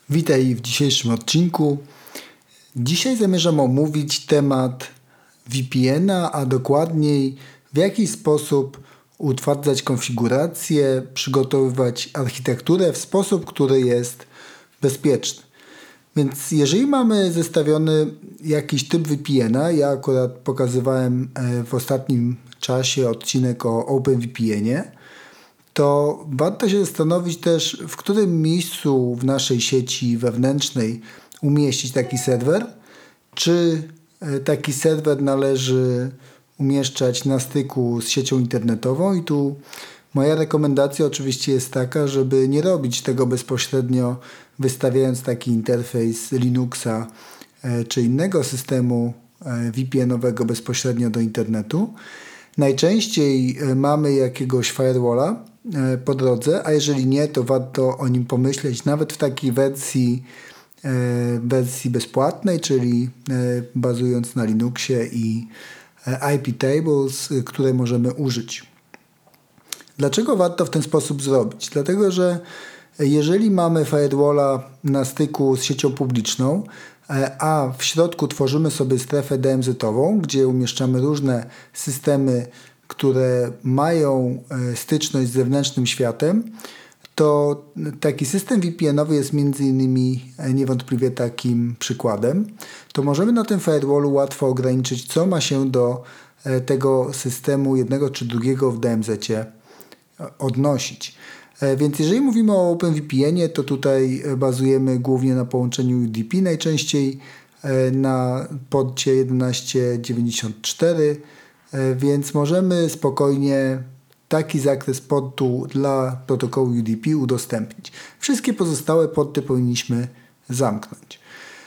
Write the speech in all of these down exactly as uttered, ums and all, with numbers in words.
Witaj w dzisiejszym odcinku. Dzisiaj zamierzam omówić temat V P N-a, a dokładniej w jaki sposób utwardzać konfigurację, przygotowywać architekturę w sposób, który jest bezpieczny. Więc jeżeli mamy zestawiony jakiś typ V P N-a, ja akurat pokazywałem w ostatnim czasie odcinek o OpenVPN-ie, to warto się zastanowić też, w którym miejscu w naszej sieci wewnętrznej umieścić taki serwer. Czy taki serwer należy umieszczać na styku z siecią internetową i tu moja rekomendacja oczywiście jest taka, żeby nie robić tego bezpośrednio, wystawiając taki interfejs Linuxa czy innego systemu V P N-owego bezpośrednio do internetu. Najczęściej mamy jakiegoś firewalla po drodze, a jeżeli nie, to warto o nim pomyśleć nawet w takiej wersji, wersji bezpłatnej, czyli bazując na Linuxie i I P tables, które możemy użyć. Dlaczego warto w ten sposób zrobić? Dlatego, że jeżeli mamy firewalla na styku z siecią publiczną, a w środku tworzymy sobie strefę D M Z-ową, gdzie umieszczamy różne systemy, które mają styczność z zewnętrznym światem, to taki system V P N-owy jest między innymi niewątpliwie takim przykładem. To możemy na tym firewallu łatwo ograniczyć, co ma się do tego systemu jednego czy drugiego w D M Z-cie odnosić. Więc jeżeli mówimy o OpenVPN-ie, to tutaj bazujemy głównie na połączeniu U D P, najczęściej na porcie jedenaście dziewięćdziesiąt cztery, więc możemy spokojnie taki zakres portu dla protokołu U D P udostępnić. Wszystkie pozostałe porty powinniśmy zamknąć.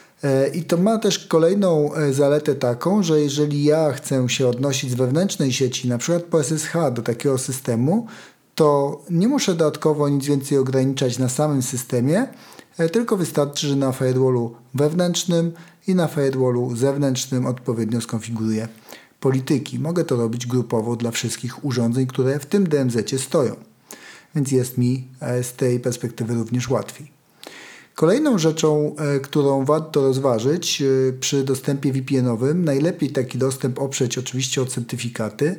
I to ma też kolejną zaletę taką, że jeżeli ja chcę się odnosić z wewnętrznej sieci, na przykład po S S H do takiego systemu, to nie muszę dodatkowo nic więcej ograniczać na samym systemie, tylko wystarczy, że na firewallu wewnętrznym i na firewallu zewnętrznym odpowiednio skonfiguruję polityki. Mogę to robić grupowo dla wszystkich urządzeń, które w tym D M Z-cie stoją. Więc jest mi z tej perspektywy również łatwiej. Kolejną rzeczą, którą warto rozważyć przy dostępie V P N-owym, najlepiej taki dostęp oprzeć oczywiście o certyfikaty.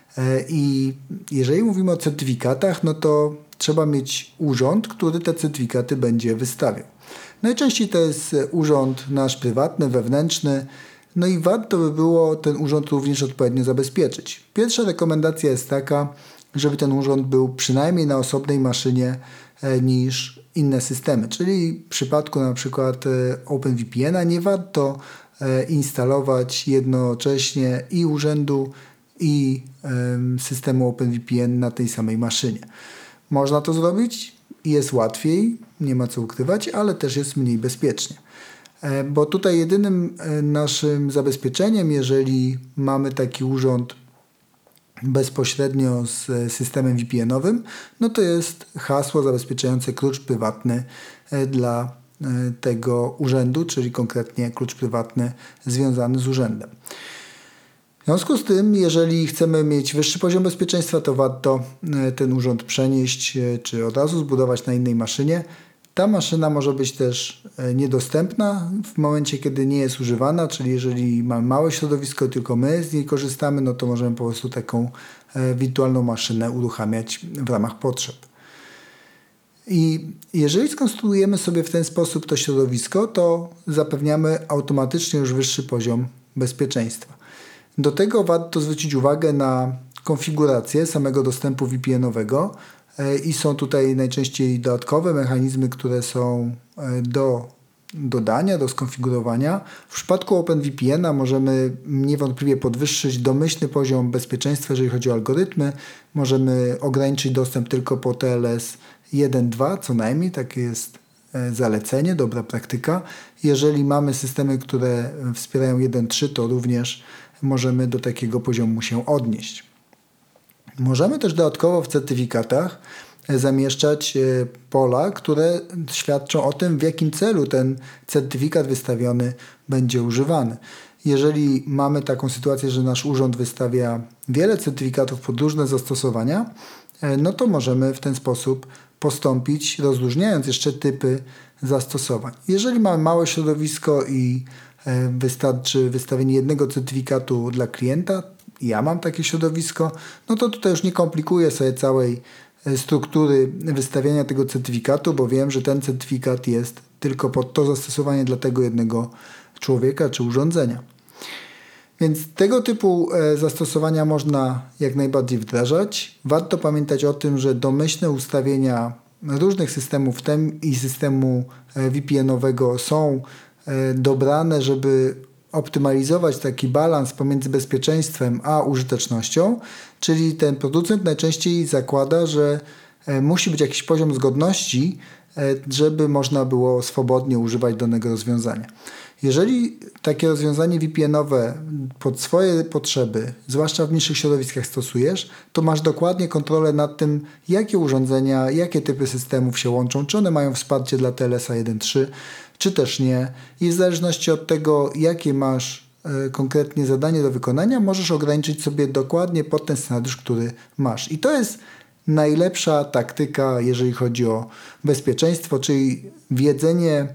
I jeżeli mówimy o certyfikatach, no to trzeba mieć urząd, który te certyfikaty będzie wystawiał. Najczęściej to jest urząd nasz prywatny, wewnętrzny, no i warto by było ten urząd również odpowiednio zabezpieczyć. Pierwsza rekomendacja jest taka, żeby ten urząd był przynajmniej na osobnej maszynie niż inne systemy, czyli w przypadku na przykład OpenVPN-a nie warto instalować jednocześnie i urzędu, i systemu OpenVPN na tej samej maszynie. Można to zrobić i jest łatwiej, nie ma co ukrywać, ale też jest mniej bezpiecznie. Bo tutaj jedynym naszym zabezpieczeniem, jeżeli mamy taki urząd bezpośrednio z systemem V P N-owym, no to jest hasło zabezpieczające klucz prywatny dla tego urzędu, czyli konkretnie klucz prywatny związany z urzędem. W związku z tym, jeżeli chcemy mieć wyższy poziom bezpieczeństwa, to warto ten urząd przenieść, czy od razu zbudować na innej maszynie. Ta maszyna może być też niedostępna w momencie, kiedy nie jest używana, czyli jeżeli mamy małe środowisko, tylko my z niej korzystamy, no to możemy po prostu taką wirtualną maszynę uruchamiać w ramach potrzeb. I jeżeli skonstruujemy sobie w ten sposób to środowisko, to zapewniamy automatycznie już wyższy poziom bezpieczeństwa. Do tego warto zwrócić uwagę na konfigurację samego dostępu V P N-owego i są tutaj najczęściej dodatkowe mechanizmy, które są do dodania, do skonfigurowania. W przypadku OpenVPN-a możemy niewątpliwie podwyższyć domyślny poziom bezpieczeństwa, jeżeli chodzi o algorytmy. Możemy ograniczyć dostęp tylko po T L S jeden dwa, co najmniej, takie jest zalecenie, dobra praktyka. Jeżeli mamy systemy, które wspierają jeden trzy, to również możemy do takiego poziomu się odnieść. Możemy też dodatkowo w certyfikatach zamieszczać pola, które świadczą o tym, w jakim celu ten certyfikat wystawiony będzie używany. Jeżeli mamy taką sytuację, że nasz urząd wystawia wiele certyfikatów pod różne zastosowania, no to możemy w ten sposób postąpić, rozróżniając jeszcze typy zastosowań. Jeżeli mamy małe środowisko i wystarczy wystawienie jednego certyfikatu dla klienta, ja mam takie środowisko, no to tutaj już nie komplikuję sobie całej struktury wystawiania tego certyfikatu, bo wiem, że ten certyfikat jest tylko pod to zastosowanie dla tego jednego człowieka czy urządzenia. Więc tego typu zastosowania można jak najbardziej wdrażać. Warto pamiętać o tym, że domyślne ustawienia różnych systemów, w tym i systemu V P N-owego, są dobrane, żeby optymalizować taki balans pomiędzy bezpieczeństwem a użytecznością, czyli ten producent najczęściej zakłada, że musi być jakiś poziom zgodności, żeby można było swobodnie używać danego rozwiązania. Jeżeli takie rozwiązanie V P N-owe pod swoje potrzeby, zwłaszcza w mniejszych środowiskach stosujesz, to masz dokładnie kontrolę nad tym, jakie urządzenia, jakie typy systemów się łączą, czy one mają wsparcie dla T L S A jeden trzy, czy też nie. I w zależności od tego, jakie masz y, konkretnie zadanie do wykonania, możesz ograniczyć sobie dokładnie pod ten scenariusz, który masz. I to jest najlepsza taktyka, jeżeli chodzi o bezpieczeństwo, czyli wiedzenie,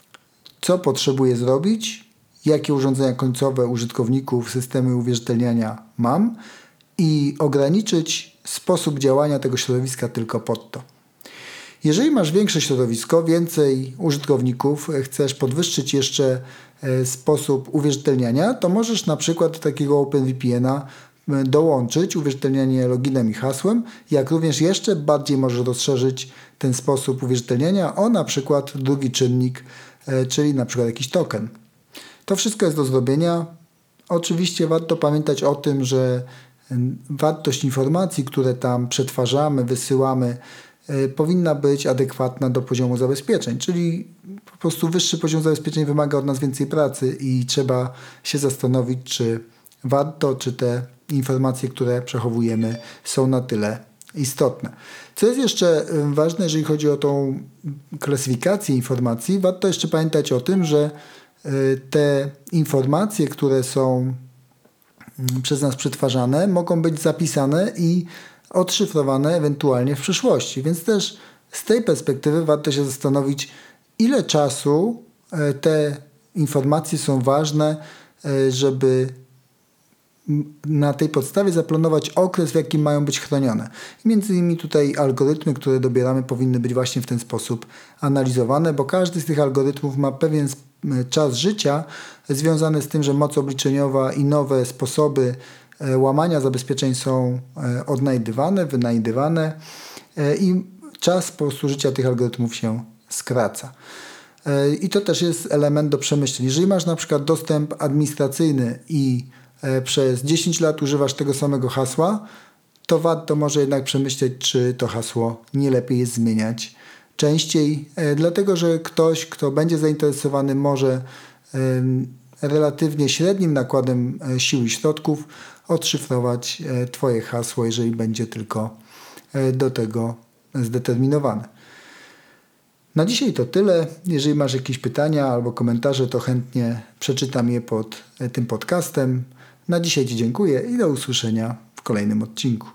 co potrzebuję zrobić, jakie urządzenia końcowe użytkowników systemy uwierzytelniania mam i ograniczyć sposób działania tego środowiska tylko pod to. Jeżeli masz większe środowisko, więcej użytkowników, chcesz podwyższyć jeszcze sposób uwierzytelniania, to możesz na przykład do takiego OpenVPN-a dołączyć uwierzytelnianie loginem i hasłem, jak również jeszcze bardziej możesz rozszerzyć ten sposób uwierzytelniania o na przykład drugi czynnik, czyli na przykład jakiś token. To wszystko jest do zrobienia. Oczywiście warto pamiętać o tym, że wartość informacji, które tam przetwarzamy, wysyłamy, powinna być adekwatna do poziomu zabezpieczeń, czyli po prostu wyższy poziom zabezpieczeń wymaga od nas więcej pracy i trzeba się zastanowić, czy warto, czy te informacje, które przechowujemy, są na tyle istotne. Co jest jeszcze ważne, jeżeli chodzi o tą klasyfikację informacji, warto jeszcze pamiętać o tym, że te informacje, które są przez nas przetwarzane, mogą być zapisane i odszyfrowane ewentualnie w przyszłości. Więc też z tej perspektywy warto się zastanowić, ile czasu te informacje są ważne, żeby na tej podstawie zaplanować okres, w jakim mają być chronione. I między innymi tutaj algorytmy, które dobieramy, powinny być właśnie w ten sposób analizowane, bo każdy z tych algorytmów ma pewien czas życia związany z tym, że moc obliczeniowa i nowe sposoby łamania zabezpieczeń są odnajdywane, wynajdywane i czas po prostu życia tych algorytmów się skraca. I to też jest element do przemyśleń. Jeżeli masz na przykład dostęp administracyjny i przez dziesięć lat używasz tego samego hasła, to warto może jednak przemyśleć, czy to hasło nie lepiej jest zmieniać częściej, dlatego że ktoś, kto będzie zainteresowany, może relatywnie średnim nakładem sił i środków odszyfrować Twoje hasło, jeżeli będzie tylko do tego zdeterminowane. Na dzisiaj to tyle. Jeżeli masz jakieś pytania albo komentarze, to chętnie przeczytam je pod tym podcastem. Na dzisiaj Ci dziękuję i do usłyszenia w kolejnym odcinku.